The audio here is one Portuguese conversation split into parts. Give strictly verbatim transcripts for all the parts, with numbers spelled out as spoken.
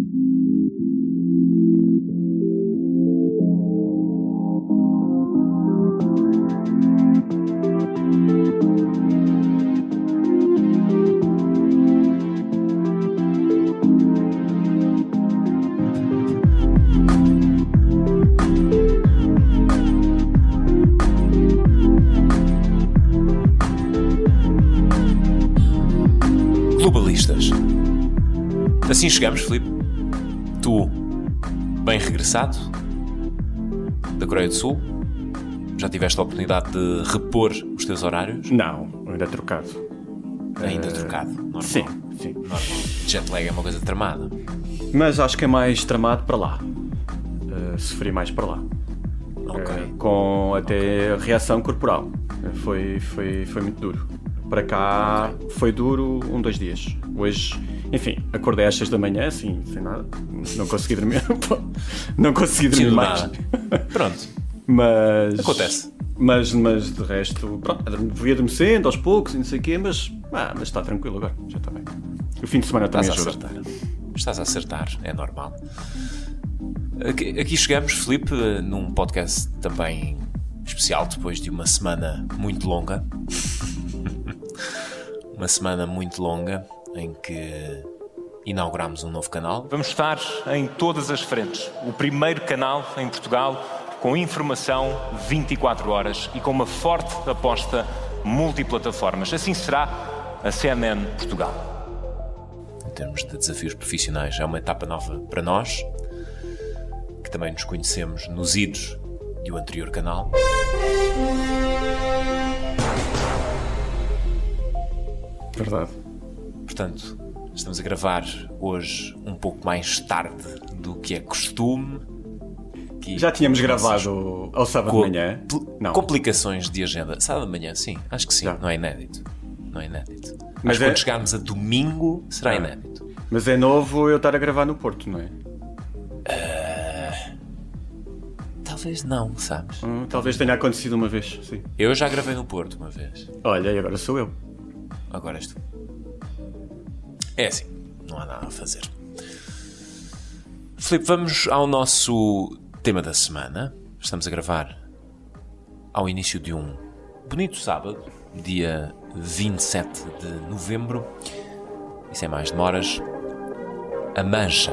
Globalistas. Assim chegamos, Filipe. Tu, bem regressado da Coreia do Sul, já tiveste a oportunidade de repor os teus horários? Não, ainda trocado. Ainda uh, trocado, normal. Sim, sim. Normal. Jet lag é uma coisa tramada. Mas acho que é mais tramado para lá. Uh, sofri mais para lá. Ok. Uh, com até okay. reação corporal. Foi, foi, foi muito duro. Para cá okay. foi duro um, dois dias. Hoje, enfim, acordei às seis da manhã, assim, sem nada. Não consegui dormir. Não consegui dormir Sim, mais. Nada. Pronto. Mas... Acontece. Mas, mas de resto, pronto, fui adormecendo aos poucos e não sei o quê, mas, ah, mas está tranquilo agora, já está bem. O fim de semana também Estás ajuda. A acertar. Estás a acertar, é normal. Aqui, aqui chegamos, Filipe, num podcast também especial, depois de uma semana muito longa. Uma semana muito longa em que inauguramos um novo canal. Vamos estar em todas as frentes. O primeiro canal em Portugal com informação vinte e quatro horas e com uma forte aposta multiplataformas. Assim será a C N N Portugal. Em termos de desafios profissionais, é uma etapa nova para nós, que também nos conhecemos nos idos do anterior canal. Verdade. Portanto, estamos a gravar hoje um pouco mais tarde do que é costume. Que Já tínhamos gravado ao sábado co- de manhã? Não. Complicações de agenda. Sábado de manhã, sim. Acho que sim. Já. Não é inédito. Não é inédito. Mas, Mas é... quando chegarmos a domingo, será ah. inédito. Mas é novo eu estar a gravar no Porto, não é? Uh... Talvez não, sabes? Hum, talvez tenha acontecido uma vez, sim. Eu já gravei no Porto uma vez. Olha, e agora sou eu. Agora és tu. É assim, não há nada a fazer. Filipe, vamos ao nosso tema da semana. Estamos a gravar ao início de um bonito sábado, dia vinte e sete de novembro. E sem mais demoras, a Mancha.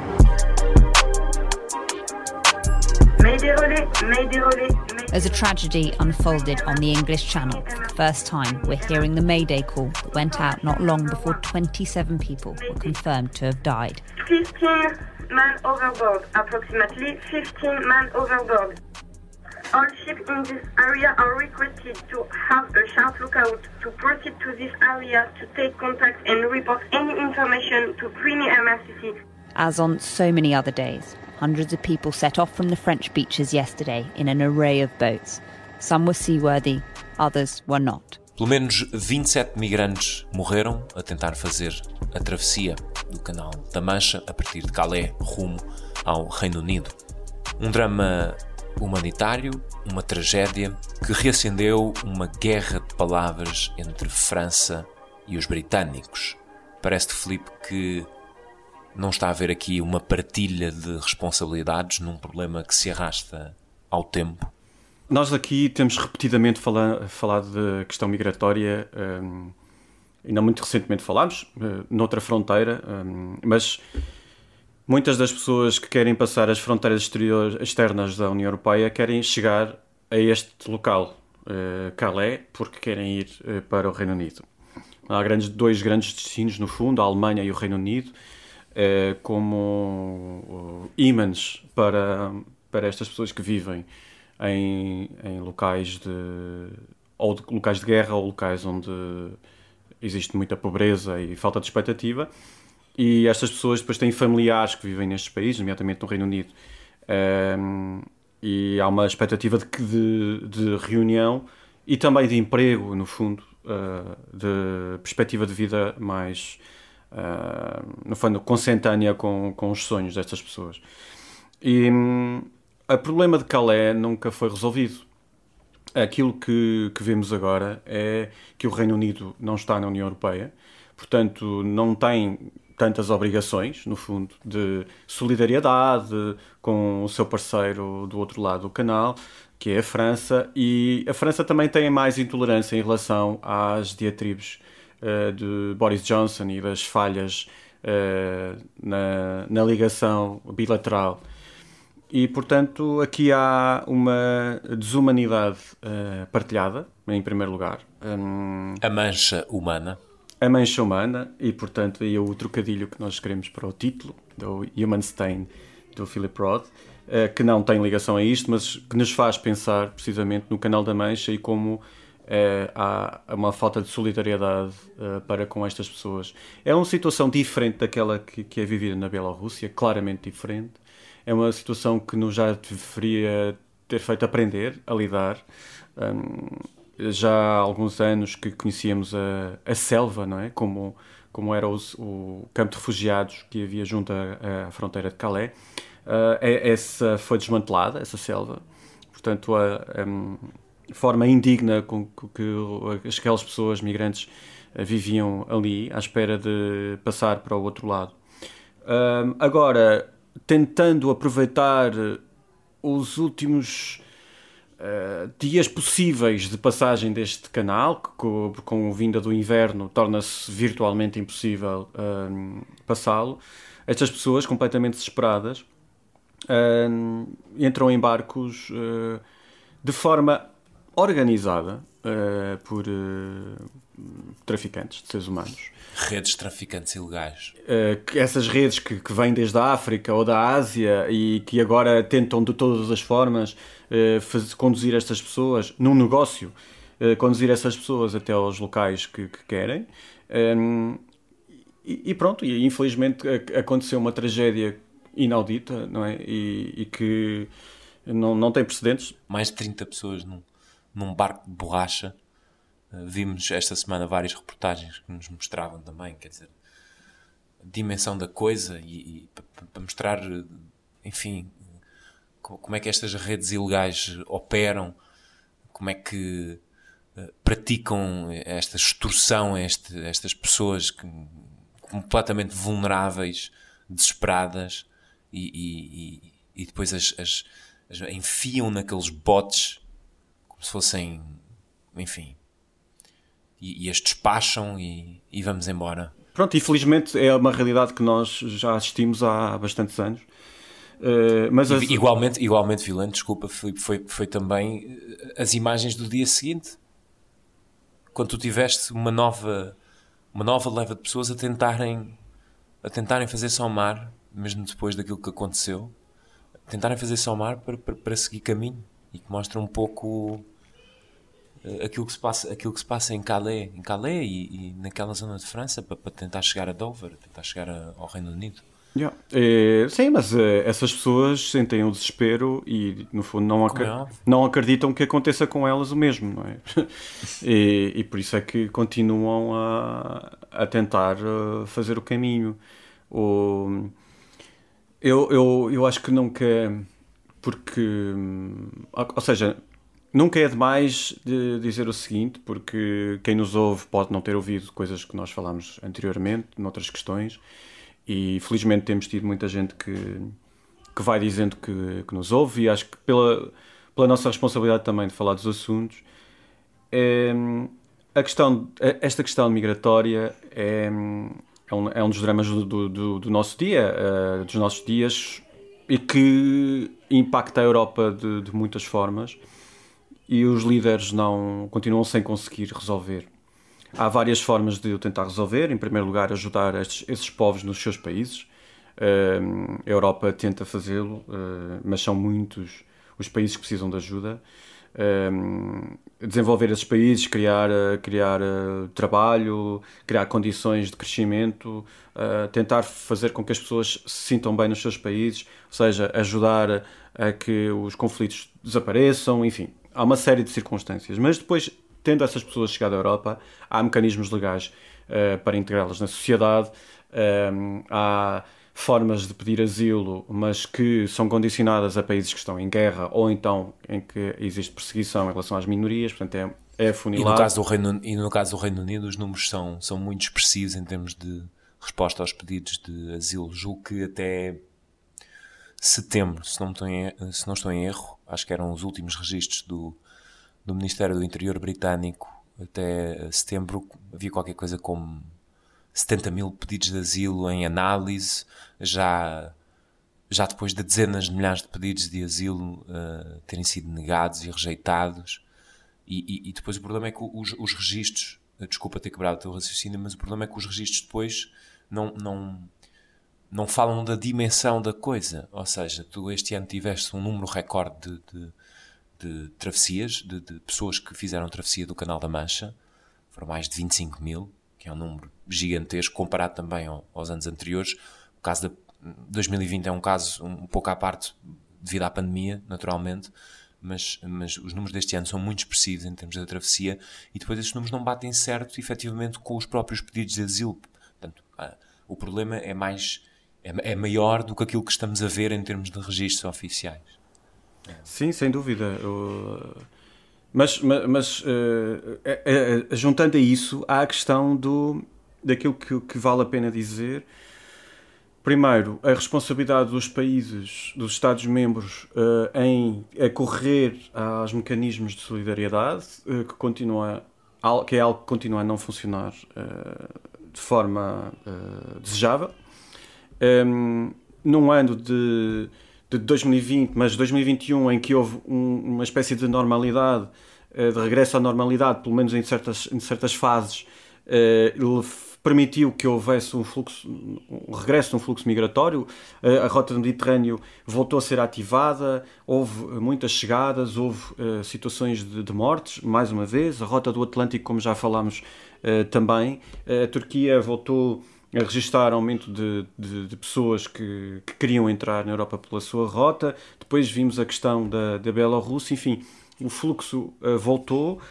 As a tragedy unfolded on the English Channel, for the first time we're hearing the Mayday call that went out not long before twenty-seven people were confirmed to have died. fifteen men overboard, approximately fifteen men overboard. All ships in this area are requested to have a sharp lookout, to proceed to this area, to take contact and report any information to Premier M R C C. As on so many other days, hundreds of people set off from the French beaches yesterday in an array of boats. Some were seaworthy, others were not. Pelo menos vinte e sete migrantes morreram a tentar fazer a travessia do Canal da Mancha a partir de Calais rumo ao Reino Unido. Um drama humanitário, uma tragédia que reacendeu uma guerra de palavras entre França e os britânicos. Parece-te, Filipe, que não está a haver aqui uma partilha de responsabilidades num problema que se arrasta ao tempo? Nós aqui temos repetidamente fala, falado de questão migratória, um, ainda muito recentemente falámos, uh, noutra fronteira, um, mas muitas das pessoas que querem passar as fronteiras exteriores, externas da União Europeia querem chegar a este local, uh, Calais, porque querem ir uh, para o Reino Unido. Há grandes, dois grandes destinos, no fundo, a Alemanha e o Reino Unido, uh, como ímãs para, para estas pessoas que vivem Em, em locais de ou de locais de guerra ou locais onde existe muita pobreza e falta de expectativa, e estas pessoas depois têm familiares que vivem nestes países, nomeadamente no Reino Unido, um, e há uma expectativa de, de, de reunião e também de emprego, no fundo, uh, de perspectiva de vida mais uh, no fundo consentânea com, com os sonhos destas pessoas. E um, o problema de Calais nunca foi resolvido. Aquilo que, que vemos agora é que o Reino Unido não está na União Europeia, portanto não tem tantas obrigações, no fundo, de solidariedade com o seu parceiro do outro lado do canal, que é a França, e a França também tem mais intolerância em relação às diatribes uh, de Boris Johnson e das falhas uh, na, na ligação bilateral. E, portanto, aqui há uma desumanidade uh, partilhada, em primeiro lugar. Um, a mancha humana. A mancha humana, e, portanto, aí é o trocadilho que nós queremos para o título, do Human Stain, do Philip Roth, uh, que não tem ligação a isto, mas que nos faz pensar, precisamente, no Canal da Mancha e como uh, há uma falta de solidariedade uh, para com estas pessoas. É uma situação diferente daquela que, que é vivida na Bielorrússia, claramente diferente. É uma situação que nos já deveria ter feito aprender a lidar. Um, já há alguns anos que conhecíamos a, a selva, não é? Como, como era o, o campo de refugiados que havia junto à, à fronteira de Calais. Uh, essa foi desmantelada, essa selva. Portanto, a, a forma indigna com que aquelas pessoas migrantes viviam ali, à espera de passar para o outro lado. Um, agora... tentando aproveitar os últimos uh, dias possíveis de passagem deste canal, que com, com a vinda do inverno torna-se virtualmente impossível uh, passá-lo, estas pessoas completamente desesperadas uh, entram em barcos uh, de forma organizada uh, por uh, traficantes de seres humanos. Redes de traficantes ilegais. Uh, essas redes que, que vêm desde a África ou da Ásia e que agora tentam de todas as formas uh, fazer, conduzir estas pessoas num negócio, uh, conduzir essas pessoas até aos locais que, que querem. Um, e, e pronto, e infelizmente aconteceu uma tragédia inaudita, não é? E, e que não, não tem precedentes. Mais de trinta pessoas num, num barco de borracha. Uh, vimos esta semana várias reportagens que nos mostravam também, quer dizer, a dimensão da coisa e, e para mostrar, enfim, como é que estas redes ilegais operam, como é que uh, praticam esta extorsão a este, estas pessoas que, completamente vulneráveis, desesperadas e, e, e depois as, as, as enfiam naqueles botes como se fossem, enfim... E, e as despacham e, e vamos embora. Pronto, infelizmente é uma realidade que nós já assistimos há bastantes anos. Uh, mas as... igualmente, igualmente violento, desculpa, foi, foi, foi também as imagens do dia seguinte. Quando tu tiveste uma nova, uma nova leva de pessoas a tentarem, a tentarem fazer-se ao mar, mesmo depois daquilo que aconteceu, a tentarem fazer-se ao mar para, para, para seguir caminho e que mostra um pouco... Aquilo que se passa, aquilo que se passa em Calais, em Calais e, e naquela zona de França para, para tentar chegar a Dover, tentar chegar a, ao Reino Unido. Yeah. É, sim, mas é, essas pessoas sentem o desespero e no fundo não, ac- é não acreditam que aconteça com elas o mesmo, não é? e, e por isso é que continuam a, a tentar uh, fazer o caminho. O, eu, eu, eu acho que nunca, porque, ou seja, nunca é demais de dizer o seguinte, porque quem nos ouve pode não ter ouvido coisas que nós falámos anteriormente, noutras questões, e felizmente temos tido muita gente que, que vai dizendo que, que nos ouve, e acho que pela, pela nossa responsabilidade também de falar dos assuntos, é, a questão, esta questão migratória é, é, um, é um dos dramas do, do, do nosso dia, uh, dos nossos dias, e que impacta a Europa de, de muitas formas. E os líderes não continuam sem conseguir resolver. Há várias formas de o tentar resolver. Em primeiro lugar, ajudar estes, esses povos nos seus países. Uh, a Europa tenta fazê-lo, uh, mas são muitos os países que precisam de ajuda. Uh, desenvolver esses países, criar, uh, criar uh, trabalho, criar condições de crescimento, uh, tentar fazer com que as pessoas se sintam bem nos seus países, ou seja, ajudar a que os conflitos desapareçam, enfim. Há uma série de circunstâncias, mas depois, tendo essas pessoas chegado à Europa, há mecanismos legais uh, para integrá-las na sociedade, uh, há formas de pedir asilo, mas que são condicionadas a países que estão em guerra ou então em que existe perseguição em relação às minorias, portanto é, é afunilado. E no caso do Reino, e no caso do Reino Unido os números são, são muito expressivos em termos de resposta aos pedidos de asilo, julgo que até setembro, se não, estou em, se não estou em erro, acho que eram os últimos registros do, do Ministério do Interior britânico, até setembro havia qualquer coisa como setenta mil pedidos de asilo em análise, já, já depois de dezenas de milhares de pedidos de asilo uh, terem sido negados e rejeitados. E, e, e depois o problema é que os, os registros, desculpa ter quebrado o teu raciocínio, mas o problema é que os registros depois não, não, não falam da dimensão da coisa. Ou seja, tu este ano tiveste um número recorde de, de, de travessias, de, de pessoas que fizeram travessia do Canal da Mancha, foram mais de vinte e cinco mil, que é um número gigantesco comparado também ao, aos anos anteriores. O caso de dois mil e vinte é um caso um, um pouco à parte devido à pandemia, naturalmente, mas, mas os números deste ano são muito expressivos em termos da travessia, e depois esses números não batem certo, efetivamente, com os próprios pedidos de asilo. Portanto, ah, o problema é mais é, é maior do que aquilo que estamos a ver em termos de registros oficiais. Sim, sem dúvida. Eu... Mas, mas, mas uh, é, é, juntando a isso, há a questão do, daquilo que, que vale a pena dizer. Primeiro, a responsabilidade dos países, dos Estados-membros, uh, em acorrer aos mecanismos de solidariedade, uh, que, continua, que é algo que continua a não funcionar uh, de forma uh, desejável. Um, num ano de... de dois mil e vinte, mas dois mil e vinte e um, em que houve um, uma espécie de normalidade, de regresso à normalidade, pelo menos em certas, em certas fases, ele permitiu que houvesse um, fluxo, um regresso de um fluxo migratório. A rota do Mediterrâneo voltou a ser ativada, houve muitas chegadas, houve uh, situações de, de mortes, mais uma vez. A rota do Atlântico, como já falámos uh, também. A Turquia voltou a registrar aumento de, de, de pessoas que, que queriam entrar na Europa pela sua rota. Depois vimos a questão da, da Bielorrússia. Enfim, o fluxo uh, voltou uh,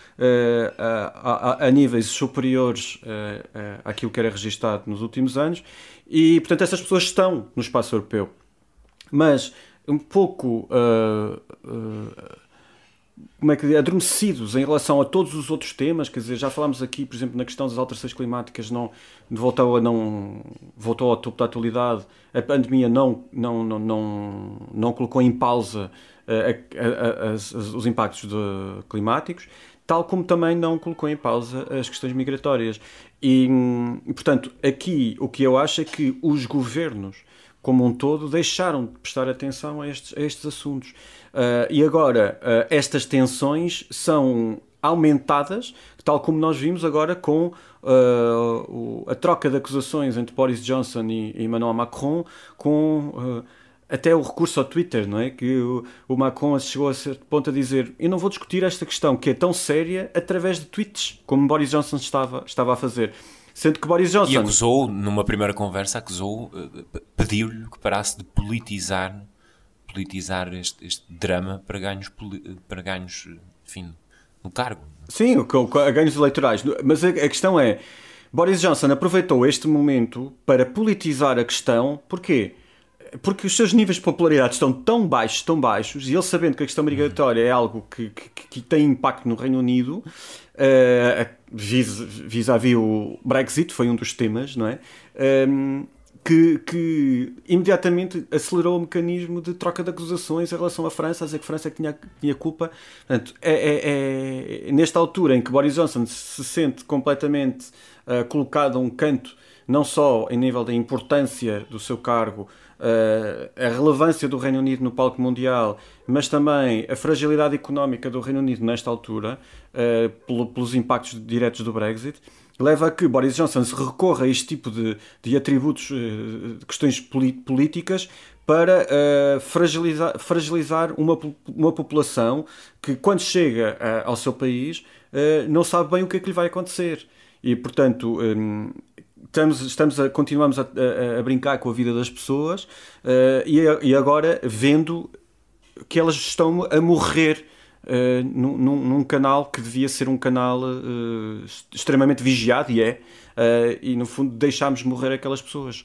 a, a, a níveis superiores uh, uh, àquilo que era registado nos últimos anos, e, portanto, essas pessoas estão no espaço europeu. Mas um pouco... Uh, uh, como é que adormecidos em relação a todos os outros temas. Quer dizer, já falámos aqui, por exemplo, na questão das alterações climáticas, não voltou a não voltou ao topo da atualidade. A pandemia não não não não, não colocou em pausa uh, a, a, a, as, os impactos de, climáticos, tal como também não colocou em pausa as questões migratórias. E, e, portanto, aqui o que eu acho é que os governos, como um todo, deixaram de prestar atenção a estes, a estes assuntos. Uh, e agora, uh, estas tensões são aumentadas, tal como nós vimos agora com uh, o, a troca de acusações entre Boris Johnson e, e Emmanuel Macron, com uh, até o recurso ao Twitter, não é? Que o, o Macron chegou a certo ponto a dizer: eu não vou discutir esta questão que é tão séria através de tweets, como Boris Johnson estava, estava a fazer. Sendo que Boris Johnson... E acusou, numa primeira conversa, acusou, pediu-lhe que parasse de politizar, politizar este, este drama para ganhos, para ganhos, enfim, no cargo. Sim, a ganhos eleitorais. Mas a, a questão é, Boris Johnson aproveitou este momento para politizar a questão. Porquê? Porque os seus níveis de popularidade estão tão baixos, tão baixos, e ele, sabendo que a questão migratória é algo que, que, que tem impacto no Reino Unido, uh, vis-à-vis o Brexit, foi um dos temas, não é? Um, que, que imediatamente acelerou o mecanismo de troca de acusações em relação à França, a dizer que a França tinha, tinha culpa. Portanto, é, é, é nesta altura em que Boris Johnson se sente completamente uh, colocado a um canto, não só em nível da importância do seu cargo, Uh, a relevância do Reino Unido no palco mundial, mas também a fragilidade económica do Reino Unido nesta altura, uh, pelo, pelos impactos diretos do Brexit, leva a que Boris Johnson se recorra a este tipo de, de atributos, uh, de questões políticas, para uh, fragilizar, fragilizar uma, uma população que, quando chega uh, ao seu país, uh, não sabe bem o que é que lhe vai acontecer. E, portanto... Um, Estamos, estamos a, continuamos a, a, a brincar com a vida das pessoas uh, e, e agora vendo que elas estão a morrer uh, num, num canal que devia ser um canal uh, extremamente vigiado, e é, uh, e no fundo deixámos morrer aquelas pessoas.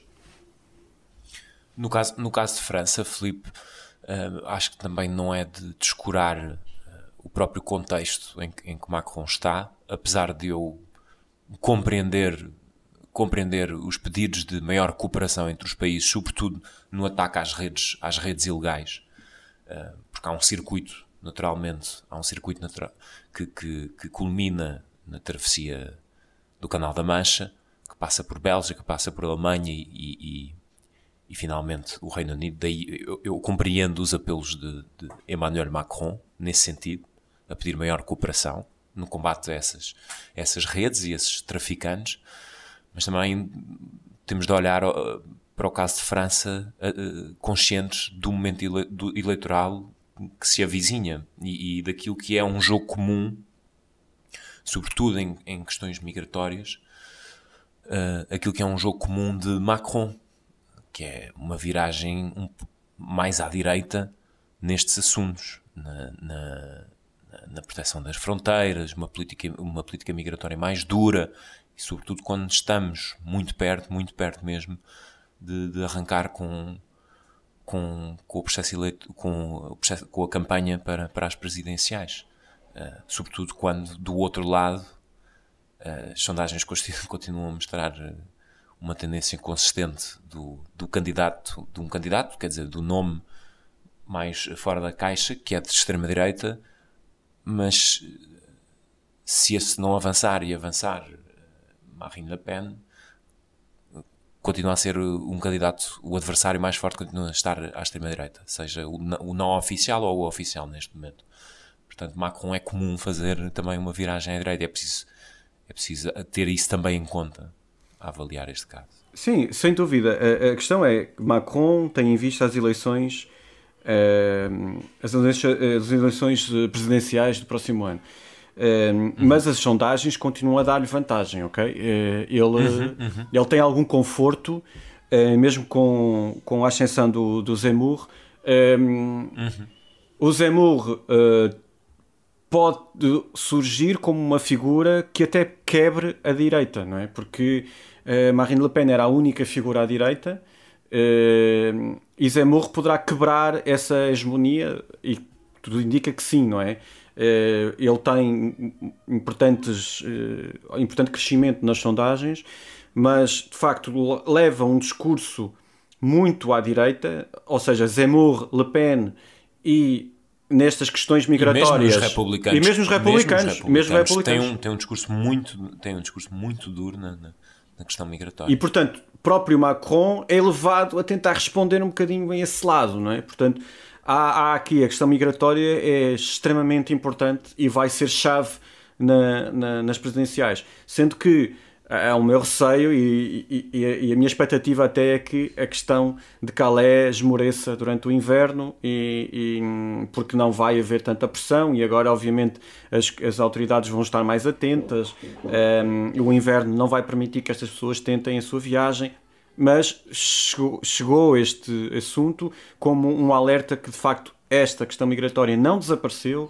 No caso, no caso de França, Filipe, uh, acho que também não é de descurar uh, o próprio contexto em que, em que Macron está, apesar de eu compreender compreender os pedidos de maior cooperação entre os países, sobretudo no ataque às redes, às redes ilegais, uh, porque há um circuito, naturalmente, há um circuito natural, que, que, que culmina na travessia do Canal da Mancha, que passa por Bélgica, passa por Alemanha e, e, e finalmente o Reino Unido. Daí eu, eu compreendo os apelos de, de Emmanuel Macron, nesse sentido, a pedir maior cooperação no combate a essas, essas redes e esses traficantes, mas também temos de olhar para o caso de França, conscientes do momento ele, do eleitoral que se avizinha e, e daquilo que é um jogo comum, sobretudo em, em questões migratórias, uh, aquilo que é um jogo comum de Macron, que é uma viragem um, mais à direita nestes assuntos, na, na, na proteção das fronteiras, uma política, uma política migratória mais dura, e sobretudo quando estamos muito perto, muito perto mesmo, de, de arrancar com, com, com, o processo eleito, com, o processo, com a campanha para, para as presidenciais. Uh, sobretudo quando do outro lado uh, as sondagens continuam a mostrar uh, uma tendência consistente do, do candidato, de um candidato, quer dizer, do nome mais fora da caixa, que é de extrema-direita, mas se esse não avançar e avançar uh, Marine Le Pen, continua a ser um candidato, o adversário mais forte continua a estar à extrema-direita, seja o, o não oficial ou o oficial neste momento. Portanto, Macron é comum fazer também uma viragem à direita. É preciso, é preciso ter isso também em conta a avaliar este caso. Sim, sem dúvida. A, a questão é que Macron tem em vista as eleições, uh, as eleições, as eleições presidenciais do próximo ano. Uh, uhum. Mas as sondagens continuam a dar-lhe vantagem, ok? Uh, ele, uhum, uhum. ele tem algum conforto, uh, mesmo com, com a ascensão do, do Zemmour. Uh, uhum. O Zemmour... Uh, pode surgir como uma figura que até quebre a direita, não é? Porque uh, Marine Le Pen era a única figura à direita uh, e Zemmour poderá quebrar essa hegemonia, e tudo indica que sim, não é? Uh, ele tem importantes, uh, importante crescimento nas sondagens, mas de facto leva um discurso muito à direita, ou seja, Zemmour, Le Pen e nestas questões migratórias. E mesmo os republicanos. E mesmo os republicanos. Mesmo os republicanos, mesmo republicanos. Tem, um, tem, um discurso muito, tem um discurso muito duro na, na, na questão migratória. E, portanto, próprio Macron é levado a tentar responder um bocadinho a esse lado, não é? Portanto, há, há aqui a questão migratória é extremamente importante e vai ser chave na, na, nas presidenciais. Sendo que é o meu receio e, e, e a minha expectativa até é que a questão de Calais esmoreça durante o inverno e, e, porque não vai haver tanta pressão e agora obviamente as, as autoridades vão estar mais atentas, um, o inverno não vai permitir que estas pessoas tentem a sua viagem, mas chegou, chegou este assunto como um alerta que de facto esta questão migratória não desapareceu,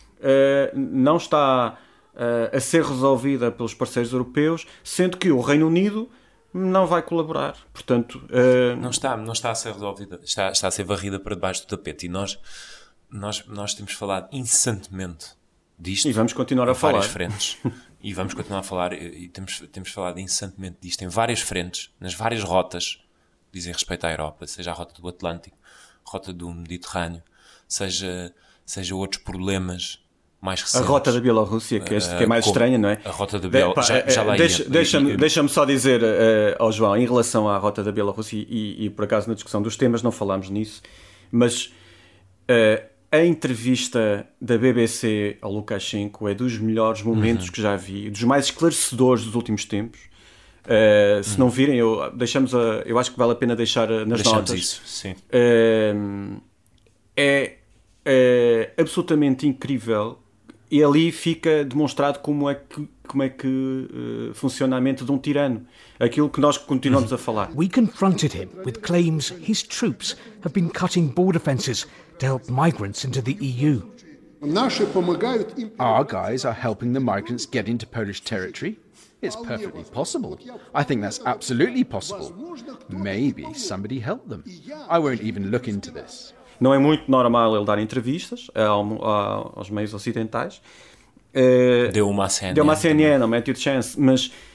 uh, não está Uh, a ser resolvida pelos parceiros europeus, sendo que o Reino Unido não vai colaborar. Portanto, uh... não, está, não está a ser resolvida, está, está a ser varrida para debaixo do tapete. E nós, nós, nós temos falado incessantemente disto. E vamos continuar a falar. Várias frentes. E vamos continuar a falar. E temos, temos falado incessantemente disto em várias frentes, nas várias rotas que dizem respeito à Europa, seja a rota do Atlântico, a rota do Mediterrâneo, seja, seja outros problemas mais recentes. A rota da Bielorrússia, que, este, que é mais uh, estranha, não é? A rota da Bielorrússia, já, já lá deixa, ia. Deixa-me, deixa-me só dizer uh, ao João, em relação à rota da Bielorrússia, e, e por acaso na discussão dos temas não falámos nisso, mas uh, a entrevista da B B C ao Lukashenko é dos melhores momentos uhum. que já vi, dos mais esclarecedores dos últimos tempos. Uh, se uhum. não virem, eu, deixamos a, eu acho que vale a pena deixar nas deixamos notas. Isso, sim. Uh, é, é absolutamente incrível. E ali fica demonstrado como é que, como é que uh, funciona a mente de um tirano. Aquilo que nós continuamos a falar. We confronted him with claims his troops have been cutting border fences to help migrants into the E U. Our guys are helping the migrants get into Polish territory. It's perfectly possible. I think that's absolutely possible. Maybe somebody helped them. I won't even look into this. Não é muito normal ele dar entrevistas ao, ao, aos meios ocidentais. Uh, deu uma C N N. Deu uma C N N, ao Matthew Chance, mas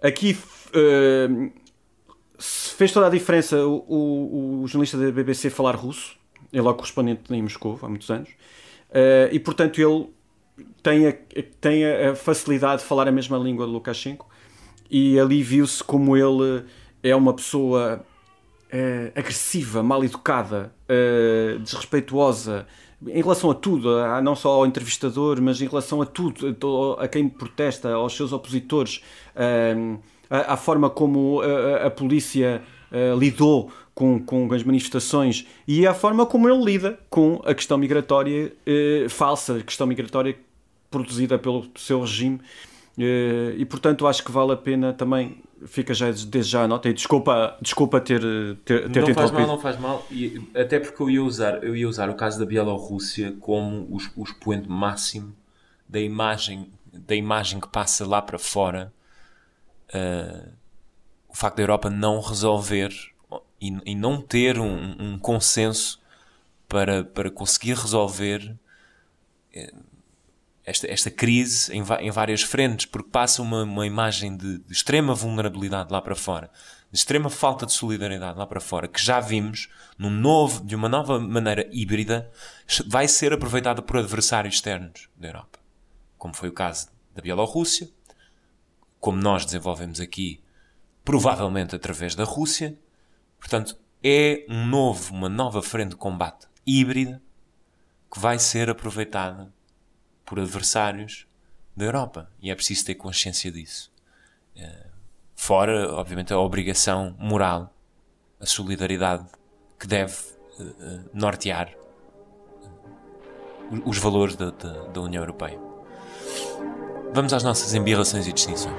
aqui uh, fez toda a diferença o, o, o jornalista da B B C falar russo, ele é o correspondente em Moscou há muitos anos, uh, e portanto ele tem a, tem a facilidade de falar a mesma língua de Lukashenko, e ali viu-se como ele é uma pessoa uh, agressiva, mal educada, uh, desrespeituosa em relação a tudo, não só ao entrevistador, mas em relação a tudo, a quem protesta, aos seus opositores, à forma como a, a polícia lidou com, com as manifestações e à forma como ele lida com a questão migratória falsa, a questão migratória produzida pelo seu regime. E portanto acho que vale a pena também. Fica já desde já a nota e desculpa, desculpa ter, ter, ter não te faz interrompido. mal, não faz mal, e, até porque eu ia usar, eu ia usar o caso da Bielorrússia como o, o expoente máximo da imagem, da imagem que passa lá para fora, uh, o facto da Europa não resolver e, e não ter um, um consenso para, para conseguir resolver uh, Esta, esta crise em, em várias frentes, porque passa uma, uma imagem de, de extrema vulnerabilidade lá para fora, de extrema falta de solidariedade lá para fora, que já vimos num novo, de uma nova maneira híbrida, vai ser aproveitada por adversários externos da Europa, como foi o caso da Bielorrússia, como nós desenvolvemos aqui, provavelmente através da Rússia. Portanto, é um novo, uma nova frente de combate híbrida que vai ser aproveitada por adversários da Europa, e é preciso ter consciência disso. Fora, obviamente, a obrigação moral, a solidariedade que deve uh, nortear uh, os valores da, da, da União Europeia. Vamos às nossas embirrações e distinções.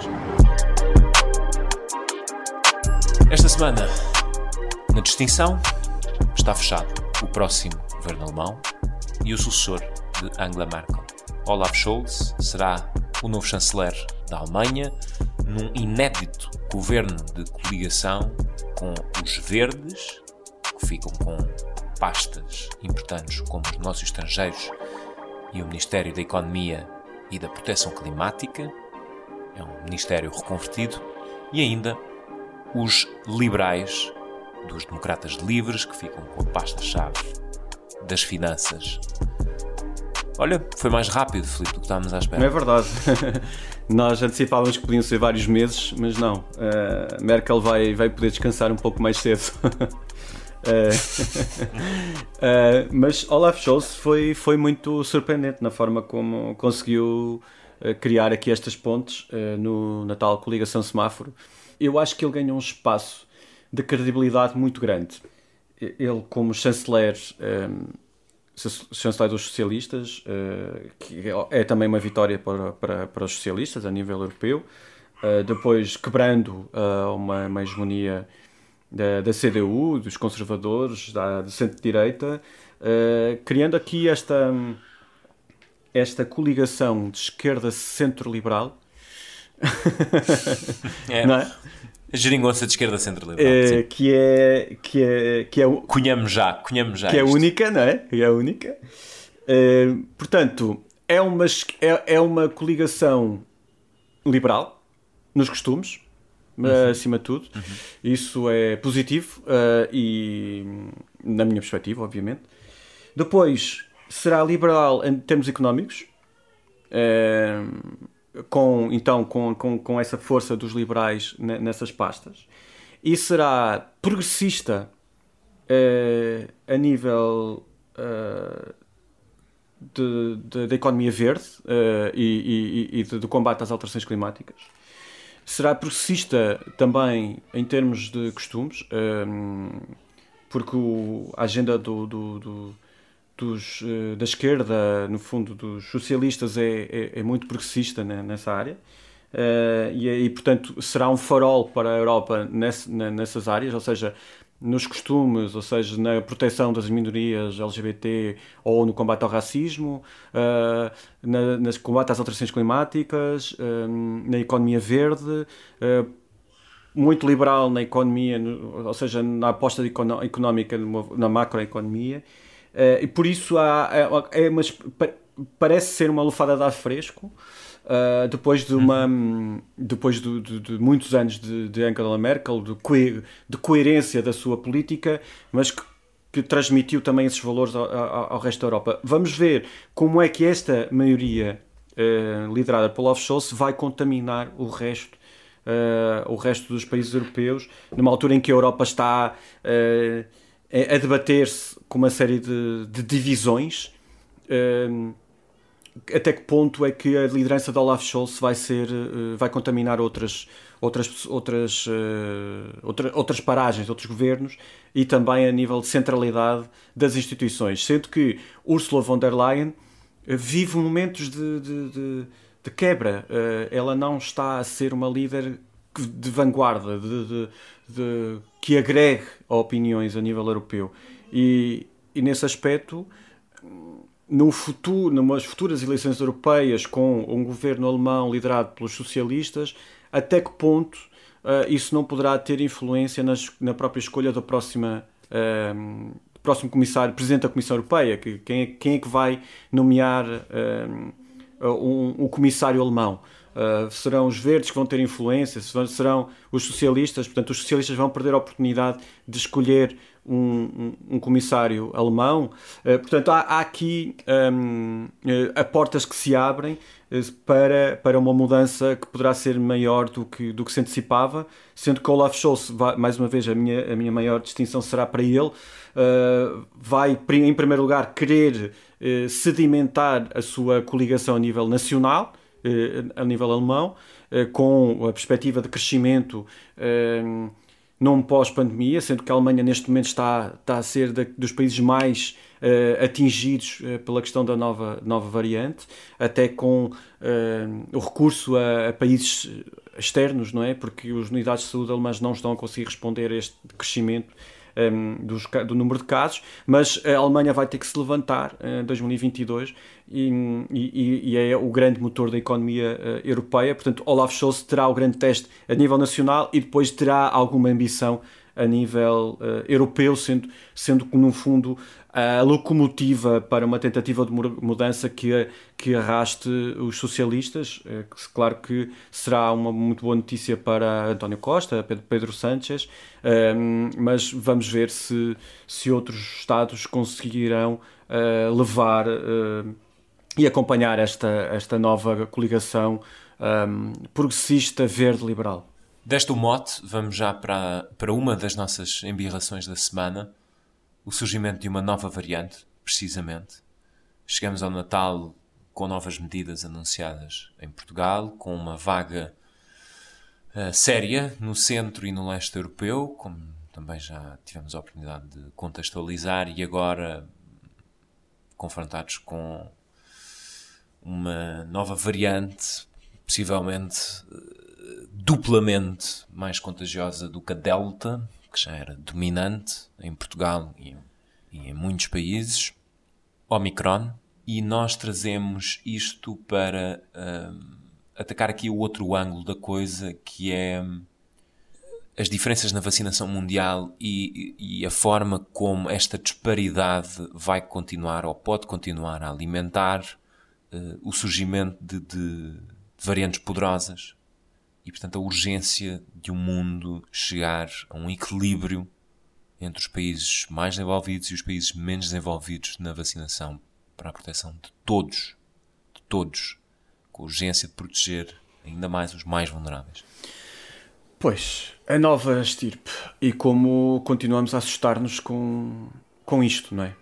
Esta semana, na distinção, está fechado o próximo governo alemão e o sucessor de Angela Merkel. Olaf Scholz será o novo chanceler da Alemanha num inédito governo de coligação com os verdes, que ficam com pastas importantes como os negócios estrangeiros e o Ministério da Economia e da Proteção Climática, é um ministério reconvertido, e ainda os liberais dos democratas livres, que ficam com a pasta-chave das finanças. Olha, foi mais rápido, Filipe, do que estávamos à espera. Não é verdade. Nós antecipávamos que podiam ser vários meses, mas não. Uh, Merkel vai, vai poder descansar um pouco mais cedo. uh, uh, mas Olaf Scholz foi, foi muito surpreendente na forma como conseguiu uh, criar aqui estas pontes uh, no, na tal coligação semáforo. Eu acho que ele ganhou um espaço de credibilidade muito grande. Ele, como chanceler... Um, chanceler dos socialistas, uh, que é também uma vitória para, para, para os socialistas a nível europeu, uh, depois quebrando uh, uma, uma hegemonia da, da C D U, dos conservadores, da, da centro-direita, uh, criando aqui esta, esta coligação de esquerda-centro-liberal. É. Não é? A geringonça de esquerda centro-liberal, é, que é que é que é cunhamos já, cunhamos já que isto. é única, não é? Que é única. É, portanto, é uma é, é uma coligação liberal nos costumes, uhum. acima de tudo. Uhum. Isso é positivo uh, e na minha perspectiva, obviamente. Depois será liberal em termos económicos. Uh, Com, então, com, com, com essa força dos liberais nessas pastas, e será progressista uh, a nível uh, de, de, de economia verde uh, e, e, e de, de combate às alterações climáticas. Será progressista também em termos de costumes, um, porque o, a agenda do, do, do Dos, uh, da esquerda, no fundo dos socialistas, é, é, é muito progressista né, nessa área, uh, e, e portanto será um farol para a Europa nesse, na, nessas áreas, ou seja, nos costumes, ou seja, na proteção das minorias L G B T ou no combate ao racismo, uh, na, nas combate às alterações climáticas, uh, na economia verde, uh, muito liberal na economia, no, ou seja, na aposta económica na macroeconomia. Uh, e por isso há, é, é uma, parece ser uma lufada de ar fresco uh, depois de uma depois de, de, de muitos anos de, de Angela Merkel, de, co- de coerência da sua política, mas que, que transmitiu também esses valores ao, ao, ao resto da Europa. Vamos ver como é que esta maioria uh, liderada por Olaf Scholz vai contaminar o resto uh, o resto dos países europeus, numa altura em que a Europa está uh, a debater-se com uma série de, de divisões. Uh, até que ponto é que a liderança de Olaf Scholz vai ser, uh, vai contaminar outras, outras, outras, uh, outra, outras paragens, outros governos, e também a nível de centralidade das instituições, sendo que Ursula von der Leyen uh, vive momentos de, de, de, de quebra. Uh, ela não está a ser uma líder de vanguarda, de, de, de, que agregue opiniões a nível europeu, e, e nesse aspecto, no futuro, numas futuras eleições europeias com um governo alemão liderado pelos socialistas, até que ponto uh, isso não poderá ter influência nas, na própria escolha da próxima, uh, do próximo comissário, presidente da Comissão Europeia, que, quem, é, quem é que vai nomear uh, um, um comissário alemão? Uh, serão os verdes que vão ter influência, serão os socialistas, portanto os socialistas vão perder a oportunidade de escolher um, um, um comissário alemão. Uh, portanto há, há aqui um, uh, portas que se abrem uh, para, para uma mudança que poderá ser maior do que, do que se antecipava, sendo que Olaf Scholz, vai, mais uma vez a minha, a minha maior distinção será para ele, uh, vai em primeiro lugar querer uh, sedimentar a sua coligação a nível nacional, a nível alemão, com a perspectiva de crescimento num pós-pandemia, sendo que a Alemanha neste momento está, está a ser de, dos países mais uh, atingidos uh, pela questão da nova, nova variante, até com uh, o recurso a, a países externos, não é? Porque as unidades de saúde alemãs não estão a conseguir responder a este crescimento Um, dos, do número de casos, mas a Alemanha vai ter que se levantar em uh, dois mil e vinte e dois e, e, e é o grande motor da economia uh, europeia. Portanto, Olaf Scholz terá o grande teste a nível nacional e depois terá alguma ambição a nível uh, europeu, sendo, sendo que no fundo a locomotiva para uma tentativa de mudança que, que arraste os socialistas. Uh, claro que será uma muito boa notícia para António Costa, Pedro, Pedro Sánchez, um, mas vamos ver se, se outros Estados conseguirão uh, levar uh, e acompanhar esta, esta nova coligação um, progressista verde-liberal. Deste o mote, vamos já para, para uma das nossas embirrações da semana, o surgimento de uma nova variante, precisamente. Chegamos ao Natal com novas medidas anunciadas em Portugal, com uma vaga uh, séria no centro e no leste europeu, como também já tivemos a oportunidade de contextualizar, e agora confrontados com uma nova variante, possivelmente uh, duplamente mais contagiosa do que a Delta, que já era dominante em Portugal e, e em muitos países, Omicron, e nós trazemos isto para uh, atacar aqui o outro ângulo da coisa, que é as diferenças na vacinação mundial e, e a forma como esta disparidade vai continuar ou pode continuar a alimentar uh, o surgimento de, de, de variantes poderosas. E, portanto, a urgência de um mundo chegar a um equilíbrio entre os países mais desenvolvidos e os países menos desenvolvidos na vacinação para a proteção de todos, de todos, com a urgência de proteger ainda mais os mais vulneráveis. Pois, a nova estirpe, e como continuamos a assustar-nos com, com isto, não é?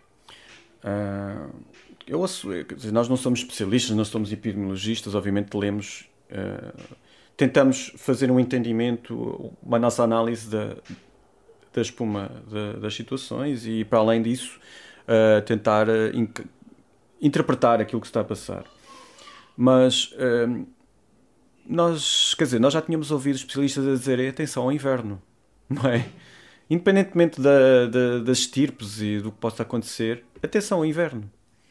Uh, eu, quer dizer, nós não somos especialistas, não somos epidemiologistas, obviamente lemos... Uh, tentamos fazer um entendimento, uma nossa análise da, da espuma de, das situações e, para além disso, uh, tentar uh, in, interpretar aquilo que está a passar. Mas uh, nós, quer dizer, nós já tínhamos ouvido especialistas a dizer atenção ao inverno, não é? Independentemente da, da, das estirpes e do que possa acontecer, atenção ao inverno.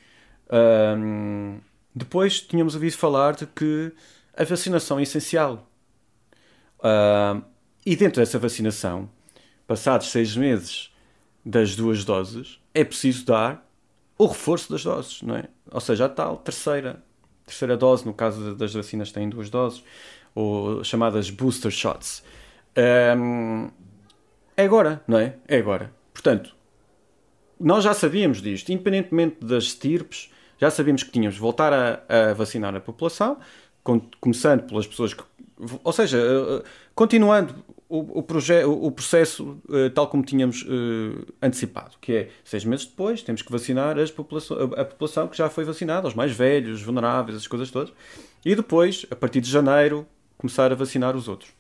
Uh, depois tínhamos ouvido falar de que a vacinação é essencial. Uh, e dentro dessa vacinação, passados seis meses das duas doses, é preciso dar o reforço das doses, não é? Ou seja, a tal terceira, terceira dose, no caso das vacinas têm duas doses, ou chamadas booster shots. Um, é agora, não é? É agora. Portanto, nós já sabíamos disto, independentemente das estirpes, já sabíamos que tínhamos de voltar a, a vacinar a população, com, começando pelas pessoas que... Ou seja, uh, continuando o, o, proje- o, o processo uh, tal como tínhamos uh, antecipado, que é, seis meses depois, temos que vacinar as população, a, a população que já foi vacinada, os mais velhos, vulneráveis, as coisas todas, e depois, a partir de janeiro, começar a vacinar os outros.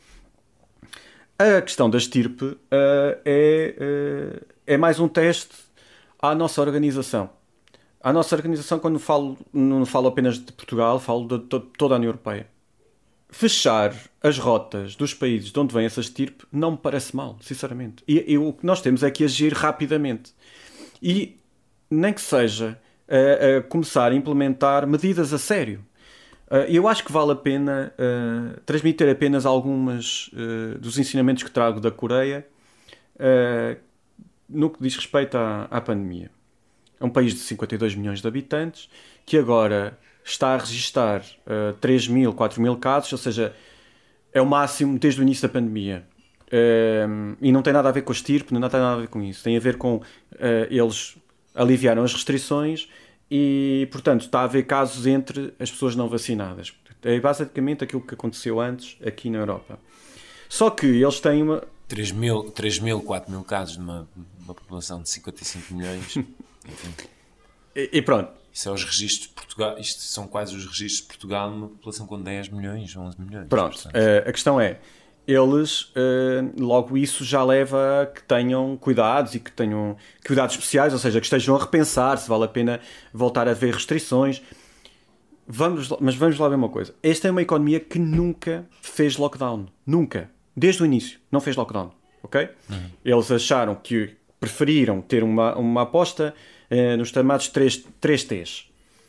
A questão da estirpe uh, é, uh, é mais um teste à nossa organização. À nossa organização, quando falo, não falo apenas de Portugal, falo de to- toda a União Europeia. Fechar as rotas dos países de onde vem essa estirpe não me parece mal, sinceramente. E, e o que nós temos é que agir rapidamente. E nem que seja uh, uh, começar a implementar medidas a sério. Uh, eu acho que vale a pena uh, transmitir apenas algumas uh, dos ensinamentos que trago da Coreia uh, no que diz respeito à, à pandemia. É um país de cinquenta e dois milhões de habitantes que agora está a registar uh, três mil, quatro mil casos, ou seja, é o máximo desde o início da pandemia. Uh, e não tem nada a ver com a estirpe, não tem nada a ver com isso. Tem a ver com uh, eles aliviaram as restrições e, portanto, está a haver casos entre as pessoas não vacinadas. É basicamente aquilo que aconteceu antes aqui na Europa. Só que eles têm uma... três mil, três mil, quatro mil casos numa uma população de cinquenta e cinco milhões. Enfim. E, e pronto. Isso é os registros de Portugal. Isto são quase os registros de Portugal numa população com dez milhões, onze milhões. Pronto. Uh, a questão é, eles, uh, logo isso já leva a que tenham cuidados e que tenham cuidados especiais, ou seja, que estejam a repensar se vale a pena voltar a haver restrições. Vamos, mas vamos lá ver uma coisa. Esta é uma economia que nunca fez lockdown. Nunca. Desde o início. Não fez lockdown. Ok? Uhum. Eles acharam que preferiram ter uma, uma aposta uh, nos chamados três T's.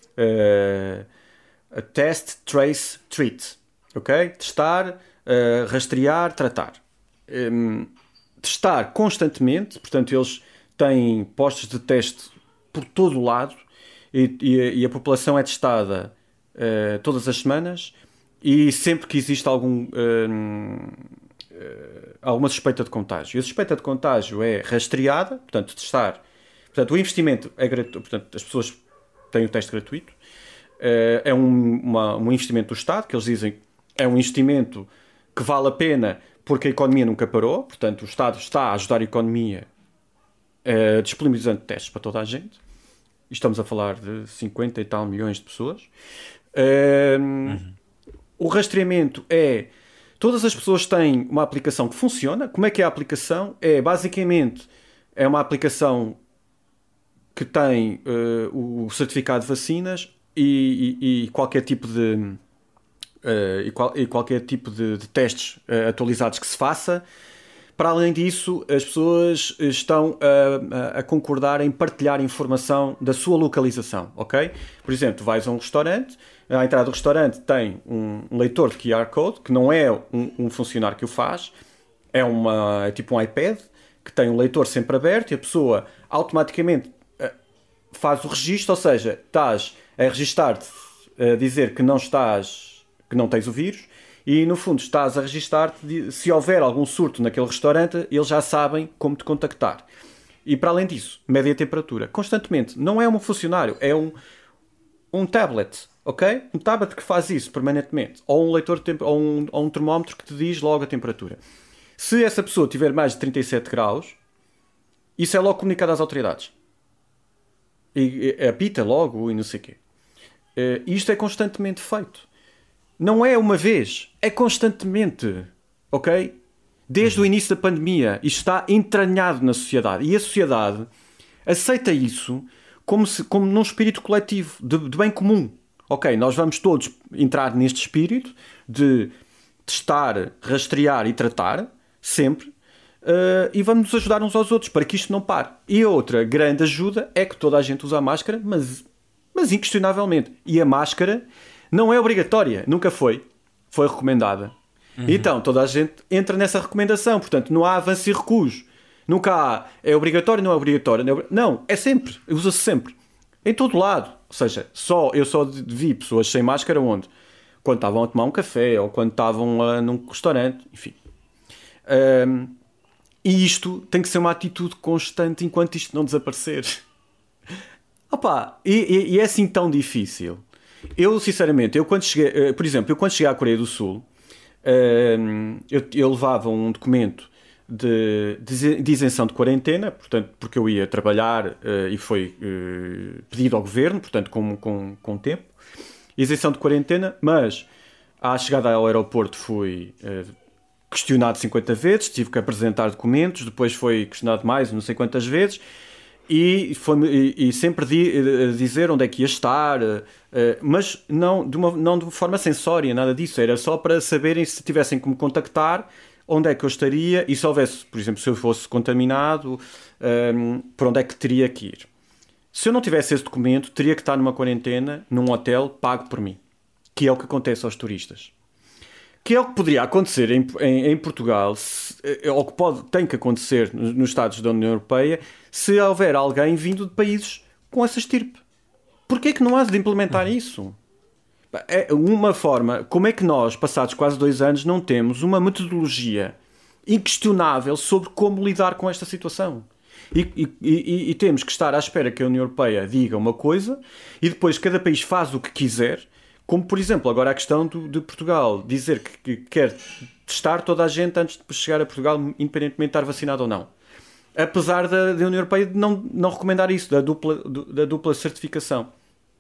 Uh, test, trace, treat. Ok? Testar, uh, rastrear, tratar. Um, testar constantemente. Portanto, eles têm postos de teste por todo o lado e, e, e a população é testada uh, todas as semanas e sempre que existe algum... Uh, Uh, alguma suspeita de contágio. E a suspeita de contágio é rastreada, portanto, testar. Portanto, o investimento é gratuito, portanto, as pessoas têm o teste gratuito. Uh, é um, uma, um investimento do Estado, que eles dizem é um investimento que vale a pena porque a economia nunca parou, portanto, o Estado está a ajudar a economia uh, disponibilizando testes para toda a gente. E estamos a falar de cinquenta e tal milhões de pessoas. Uh, uhum. O rastreamento é... Todas as pessoas têm uma aplicação que funciona. Como é que é a aplicação? É, basicamente, é uma aplicação que tem uh, o certificado de vacinas e, e, e qualquer tipo de, uh, e, qual, e qualquer tipo de, de testes uh, atualizados que se faça. Para além disso, as pessoas estão a, a concordar em partilhar informação da sua localização, ok? Por exemplo, tu vais a um restaurante, à entrada do restaurante tem um, um leitor de Q R Code, que não é um, um funcionário que o faz, é, uma, é tipo um iPad, que tem um leitor sempre aberto e a pessoa automaticamente uh, faz o registro, ou seja, estás a registar-te, a dizer que não estás, que não tens o vírus, e no fundo estás a registar-te, se houver algum surto naquele restaurante, eles já sabem como te contactar. E para além disso, mede a temperatura constantemente. Não é um funcionário, é um, um tablet, ok? Um tablet que faz isso permanentemente. Ou um leitor de temp- ou, um, ou um termómetro que te diz logo a temperatura. Se essa pessoa tiver mais de trinta e sete graus, isso é logo comunicado às autoridades. E, e apita logo e não sei o quê. Uh, isto é constantemente feito. Não é uma vez, é constantemente, ok? Desde o início da pandemia, isto está entranhado na sociedade. E a sociedade aceita isso como, se, como num espírito coletivo, de, de bem comum. Ok, nós vamos todos entrar neste espírito de testar, rastrear e tratar, sempre, uh, e vamos nos ajudar uns aos outros para que isto não pare. E a outra grande ajuda é que toda a gente usa a máscara, mas, mas inquestionavelmente. E a máscara... não é obrigatória, nunca foi. Foi recomendada. Uhum. Então, toda a gente entra nessa recomendação. Portanto, não há avanço e recuo. Nunca há, é obrigatório, não é obrigatório. Não, é, não, é sempre. Usa-se sempre. Em todo lado. Ou seja, só, eu só vi pessoas sem máscara onde? Quando estavam a tomar um café ou quando estavam uh, num restaurante, enfim. Um, e isto tem que ser uma atitude constante enquanto isto não desaparecer. Opa, e, e, e é assim tão difícil. Eu, sinceramente, eu quando cheguei, uh, por exemplo, eu quando cheguei à Coreia do Sul, uh, eu, eu levava um documento de, de, de isenção de quarentena, portanto, porque eu ia trabalhar uh, e foi uh, pedido ao governo, portanto, com, com, com tempo. Isenção de quarentena, mas à chegada ao aeroporto fui uh, questionado cinquenta vezes, tive que apresentar documentos, depois foi questionado mais não sei quantas vezes, e, foi, e, e sempre di, uh, dizer onde é que ia estar, uh, uh, mas não de, uma, não de forma sensória, nada disso, era só para saberem se tivessem que me contactar, onde é que eu estaria, e se houvesse, por exemplo, se eu fosse contaminado, um, por onde é que teria que ir. Se eu não tivesse esse documento, teria que estar numa quarentena, num hotel, pago por mim. Que é o que acontece aos turistas. Que é o que poderia acontecer em, em, em Portugal, se, ou que pode, tem que acontecer nos Estados da União Europeia, se houver alguém vindo de países com essa estirpe. Porquê é que não há de implementar isso? É uma forma... Como é que nós, passados quase dois anos, não temos uma metodologia inquestionável sobre como lidar com esta situação? E, e, e, e temos que estar à espera que a União Europeia diga uma coisa e depois cada país faz o que quiser, como por exemplo agora a questão do, de Portugal dizer que, que quer testar toda a gente antes de chegar a Portugal, independentemente de estar vacinado ou não, apesar da, da União Europeia não, não recomendar isso, da dupla, do, da dupla certificação.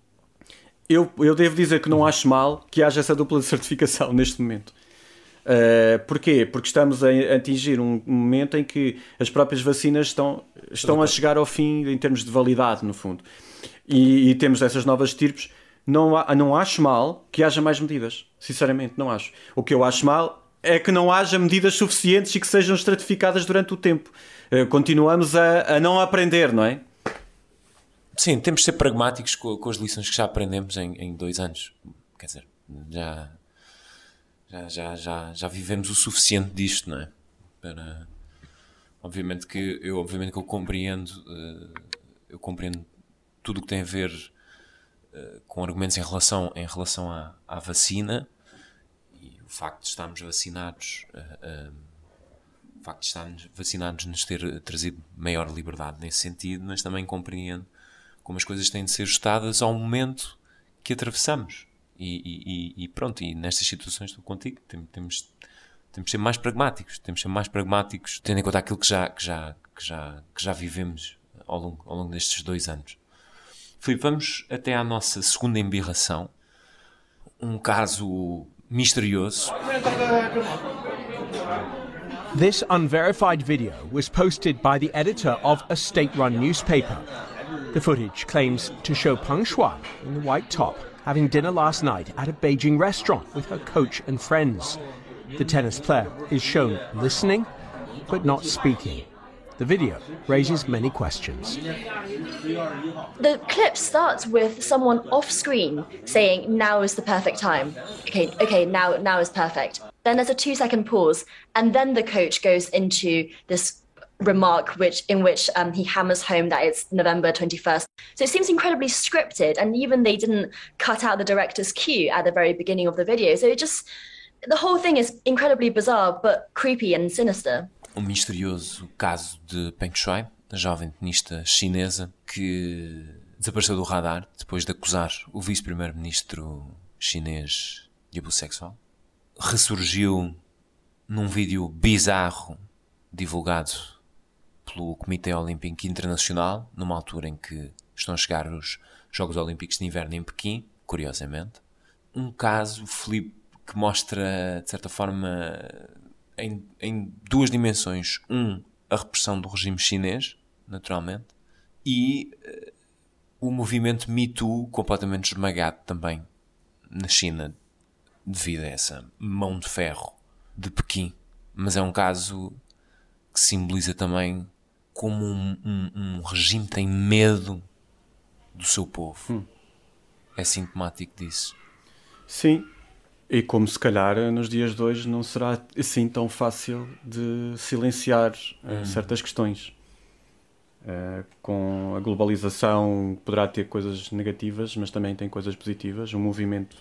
Eu, eu devo dizer que não acho mal que haja essa dupla certificação neste momento. Uh, porquê? Porque estamos a atingir um momento em que as próprias vacinas estão, estão a chegar ao fim em termos de validade, no fundo. E, e temos essas novas estirpes. Não, há, não acho mal que haja mais medidas. Sinceramente, não acho. O que eu acho mal é que não haja medidas suficientes e que sejam estratificadas durante o tempo. Uh, continuamos a, a não aprender, não é? Sim, temos de ser pragmáticos com, com as lições que já aprendemos em, em dois anos. Quer dizer, já... Já, já, já, já vivemos o suficiente disto, não é? Para... Obviamente que eu, obviamente que eu compreendo, uh, eu compreendo tudo o que tem a ver uh, com argumentos em relação, em relação à, à vacina e o facto de estarmos vacinados, uh, uh, o facto de estarmos vacinados nos ter trazido maior liberdade nesse sentido, mas também compreendo como as coisas têm de ser ajustadas ao momento que atravessamos. E, e, e pronto, e nestas situações estou contigo, temos, temos, temos de ser mais pragmáticos, temos de ser mais pragmáticos, tendo em conta aquilo que já, que já, que já, que já vivemos ao longo, ao longo destes dois anos. Filipe, vamos até à nossa segunda embirração, um caso misterioso. This unverified video was posted by the editor of a state-run newspaper. The footage claims to show Peng Shuai in the white top having dinner last night at a Beijing restaurant with her coach and friends. The tennis player is shown listening, but not speaking. The video raises many questions. The clip starts with someone off-screen saying, now is the perfect time. Okay, okay, now, now is perfect. Then there's a two-second pause, and then the coach goes into this remark which in which um, he hammers home that it's November twenty-first. So it seems incredibly scripted, and even they didn't cut out the director's cue at the very beginning of the video. So it just, the whole thing is incredibly bizarre, but creepy and sinister. Um misterioso caso de Peng Shuai, a jovem tenista chinesa que desapareceu do radar depois de acusar o vice-primeiro-ministro chinês de abuso sexual. Ressurgiu num vídeo bizarro divulgado pelo Comitê Olímpico Internacional, numa altura em que estão a chegar os Jogos Olímpicos de Inverno em Pequim, curiosamente. Um caso, Filipe, que mostra, de certa forma, em, em duas dimensões. Um, a repressão do regime chinês, naturalmente, e uh, o movimento Me Too completamente esmagado também na China, devido a essa mão de ferro de Pequim. Mas é um caso que simboliza também como um, um, um regime tem medo do seu povo. Hum. É sintomático disso. Sim, e como se calhar nos dias de hoje não será assim tão fácil de silenciar hum. certas questões. Uh, com a globalização poderá ter coisas negativas, mas também tem coisas positivas. O movimento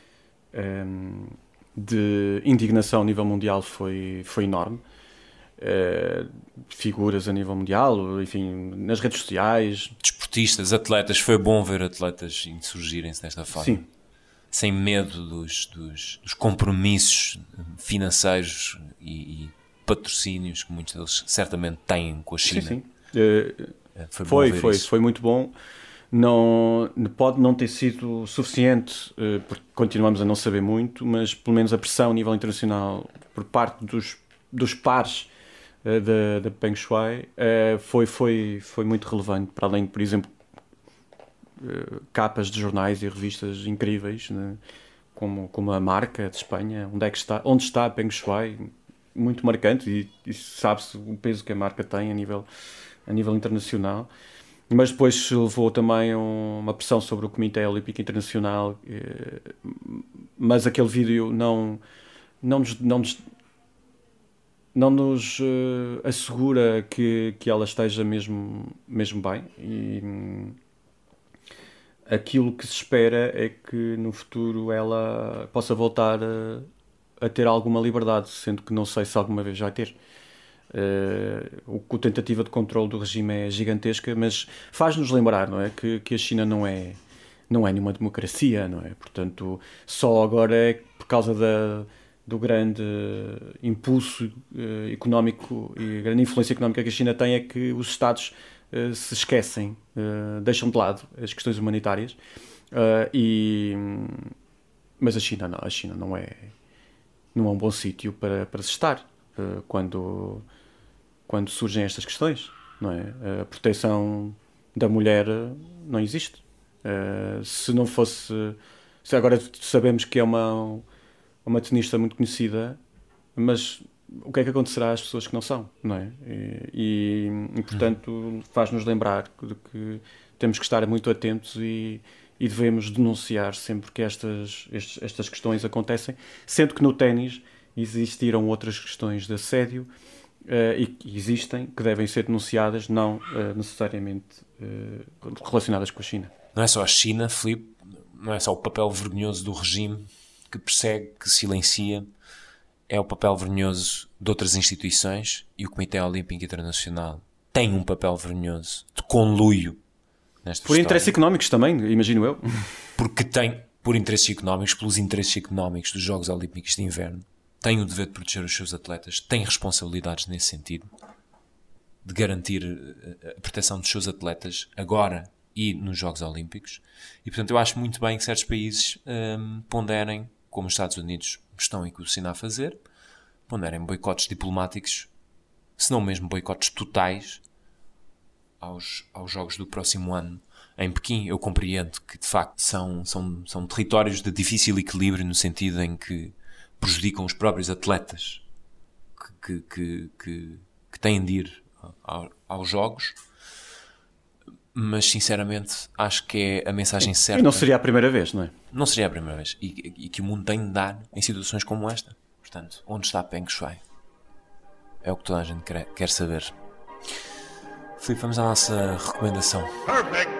um, de indignação a nível mundial foi, foi enorme. Uh, figuras a nível mundial, enfim, nas redes sociais. Desportistas, atletas, foi bom ver atletas insurgirem-se desta forma. Sim. Sem medo dos, dos, dos compromissos financeiros e, e patrocínios que muitos deles certamente têm com a China. Sim, sim. Uh, foi, foi, foi, foi muito bom. Não, pode não ter sido suficiente, uh, porque continuamos a não saber muito, mas pelo menos a pressão a nível internacional por parte dos, dos pares uh, da, da Peng Shuai uh, foi, foi, foi muito relevante, para além de, por exemplo, uh, capas de jornais e revistas incríveis, né? como, como a marca de Espanha, onde, é que está, onde está a Peng Shuai, muito marcante, e, e sabe-se o peso que a marca tem a nível a nível internacional, mas depois levou também um, uma pressão sobre o Comitê Olímpico Internacional, eh, mas aquele vídeo não, não nos, não nos, não nos uh, assegura que, que ela esteja mesmo, mesmo bem, e hum, aquilo que se espera é que no futuro ela possa voltar a, a ter alguma liberdade, sendo que não sei se alguma vez vai ter. Uh, a tentativa de controle do regime é gigantesca, mas faz-nos lembrar, não é, que, que a China não é, não é nenhuma democracia, não é? Portanto, só agora é por causa da, do grande impulso uh, económico e a grande influência económica que a China tem é que os Estados uh, se esquecem, uh, deixam de lado as questões humanitárias, uh, e, mas a China não, a China não é, não é um bom sítio para, para se estar uh, quando... quando surgem estas questões, não é? A proteção da mulher não existe. Uh, se não fosse... Se agora sabemos que é uma, uma tenista muito conhecida, mas o que é que acontecerá às pessoas que não são, não é? E, e, e portanto, faz-nos lembrar de que temos que estar muito atentos e, e devemos denunciar sempre que estas, estes, estas questões acontecem, sendo que no ténis existiram outras questões de assédio, Uh, e que existem, que devem ser denunciadas, não uh, necessariamente uh, relacionadas com a China. Não é só a China, Filipe, não é só o papel vergonhoso do regime que persegue, que silencia, é o papel vergonhoso de outras instituições, e o Comitê Olímpico Internacional tem um papel vergonhoso de conluio nesta Por história. interesses económicos também, imagino eu. Porque tem, por interesses económicos, pelos interesses económicos dos Jogos Olímpicos de Inverno, tem o dever de proteger os seus atletas, tem responsabilidades nesse sentido, de garantir a proteção dos seus atletas agora e nos Jogos Olímpicos. E, portanto, eu acho muito bem que certos países hum, ponderem, como os Estados Unidos estão em curso a fazer, ponderem boicotes diplomáticos, se não mesmo boicotes totais, aos, aos Jogos do próximo ano em Pequim. Eu compreendo que, de facto, são, são, são territórios de difícil equilíbrio, no sentido em que prejudicam os próprios atletas que, que, que, que têm de ir ao, aos Jogos, mas sinceramente acho que é a mensagem certa. E não seria a primeira vez, não é? Não seria a primeira vez, e, e que o mundo tem de dar em situações como esta. Portanto, onde está Peng Shuai? É o que toda a gente quer, quer saber. Filipe, vamos à nossa recomendação. Perfect.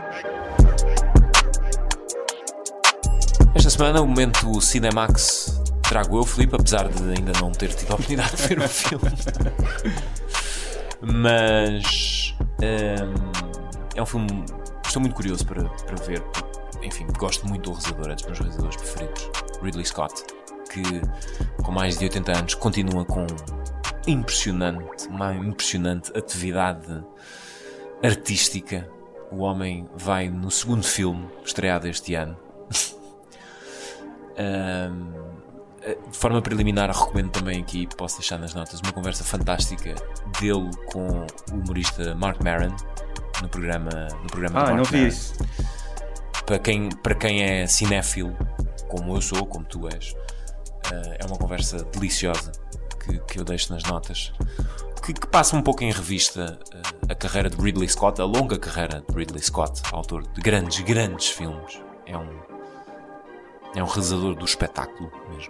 Esta semana o momento Cinemax trago eu, Filipe, apesar de ainda não ter tido a oportunidade de ver o filme. Mas um, é um filme que estou muito curioso para, para ver. Enfim, gosto muito do realizador, é dos meus realizadores preferidos, Ridley Scott, que com mais de oitenta anos continua com impressionante, uma impressionante atividade artística. O homem vai no segundo filme estreado este ano. um, De forma preliminar, recomendo também aqui, posso deixar nas notas, uma conversa fantástica dele com o humorista Marc Maron no programa, no programa ah, de Marc não vi Maron. isso. Para quem, para quem é cinéfilo, como eu sou, como tu és, uh, é uma conversa deliciosa que, que eu deixo nas notas, que, que passa um pouco em revista uh, a carreira de Ridley Scott, a longa carreira de Ridley Scott, autor de grandes, grandes filmes. É um, é um realizador do espetáculo mesmo.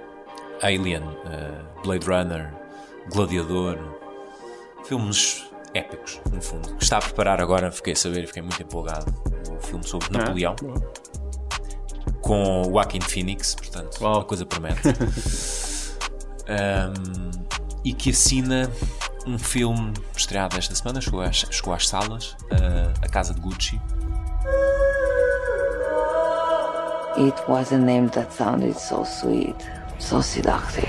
Alien, uh, Blade Runner, Gladiador, filmes épicos, no fundo. Está a preparar agora, fiquei a saber, fiquei muito empolgado, o filme sobre ah, Napoleão, boa. Com o Joaquin Phoenix, portanto, Uau. A coisa promete. um, e que assina um filme estreado esta semana, chegou às, chegou às salas, uh, A Casa de Gucci. It was a name that sounded so sweet, so seductive.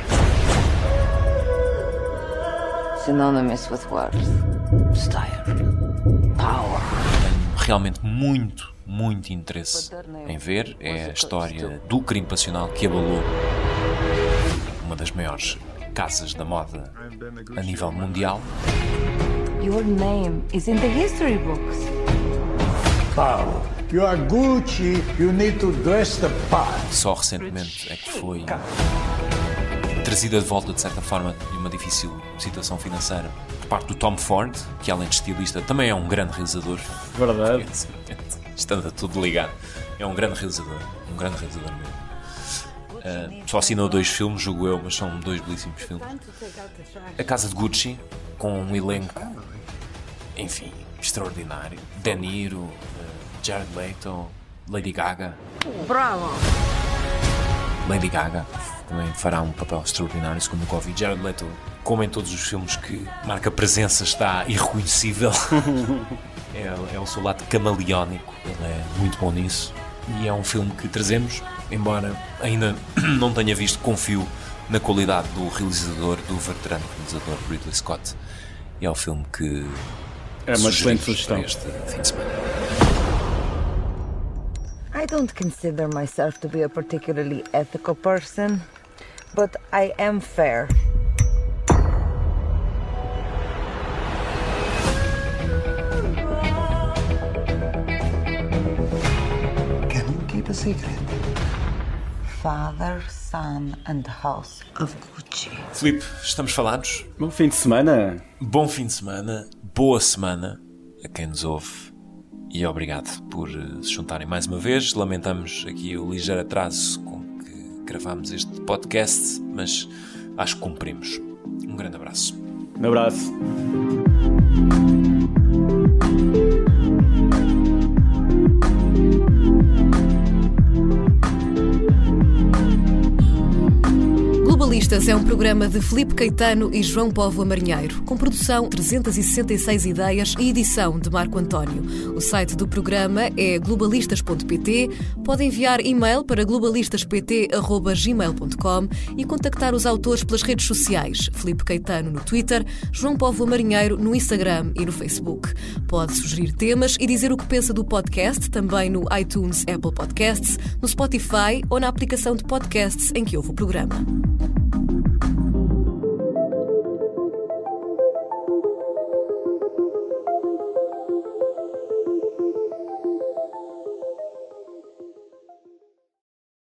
Synonymous with worth, style, power. Tenho realmente muito, muito interesse em ver. É a história do crime passional que abalou uma das maiores casas da moda a nível mundial. Your name is in the history books. Paulo, you are Gucci, you need to dress the part. Só recentemente é que foi trazida de volta, de certa forma, de uma difícil situação financeira por parte do Tom Ford, que além de estilista também é um grande realizador. Verdade. Estando tudo ligado. É um grande realizador, um grande realizador mesmo. Uh, só assinou dois filmes, julgo eu, mas são dois belíssimos filmes. A Casa de Gucci, com um elenco, enfim, extraordinário. De Niro, uh, Jared Leto, Lady Gaga. Bravo! Lady Gaga também fará um papel extraordinário, segundo nunca ouvi. Jared Leto, como em todos os filmes que marca presença, está irreconhecível. é, é o seu lado camaleónico, ele é muito bom nisso. E é um filme que trazemos, embora ainda não tenha visto, confio na qualidade do realizador, do veterano realizador Ridley Scott. E é o filme que é uma excelente sugestão este fim de semana. I don't consider myself to be a particularly ethical person, but I am fair. Can you keep a secret? Father, son and house of Gucci. Filipe, estamos falados? Bom fim de semana. Bom fim de semana, boa semana a quem nos ouve. E obrigado por se juntarem mais uma vez. Lamentamos aqui o ligeiro atraso com que gravámos este podcast, mas acho que cumprimos. Um grande abraço. Um abraço. Globalistas é um programa de Filipe Caetano e João Póvoa Marinheiro, com produção trezentas e sessenta e seis ideias e edição de Marco António. O site do programa é globalistas ponto pt. Pode enviar e-mail para globalistas p t arroba gmail ponto com e contactar os autores pelas redes sociais. Filipe Caetano no Twitter, João Póvoa Marinheiro no Instagram e no Facebook. Pode sugerir temas e dizer o que pensa do podcast, também no iTunes, Apple Podcasts, no Spotify ou na aplicação de podcasts em que ouve o programa.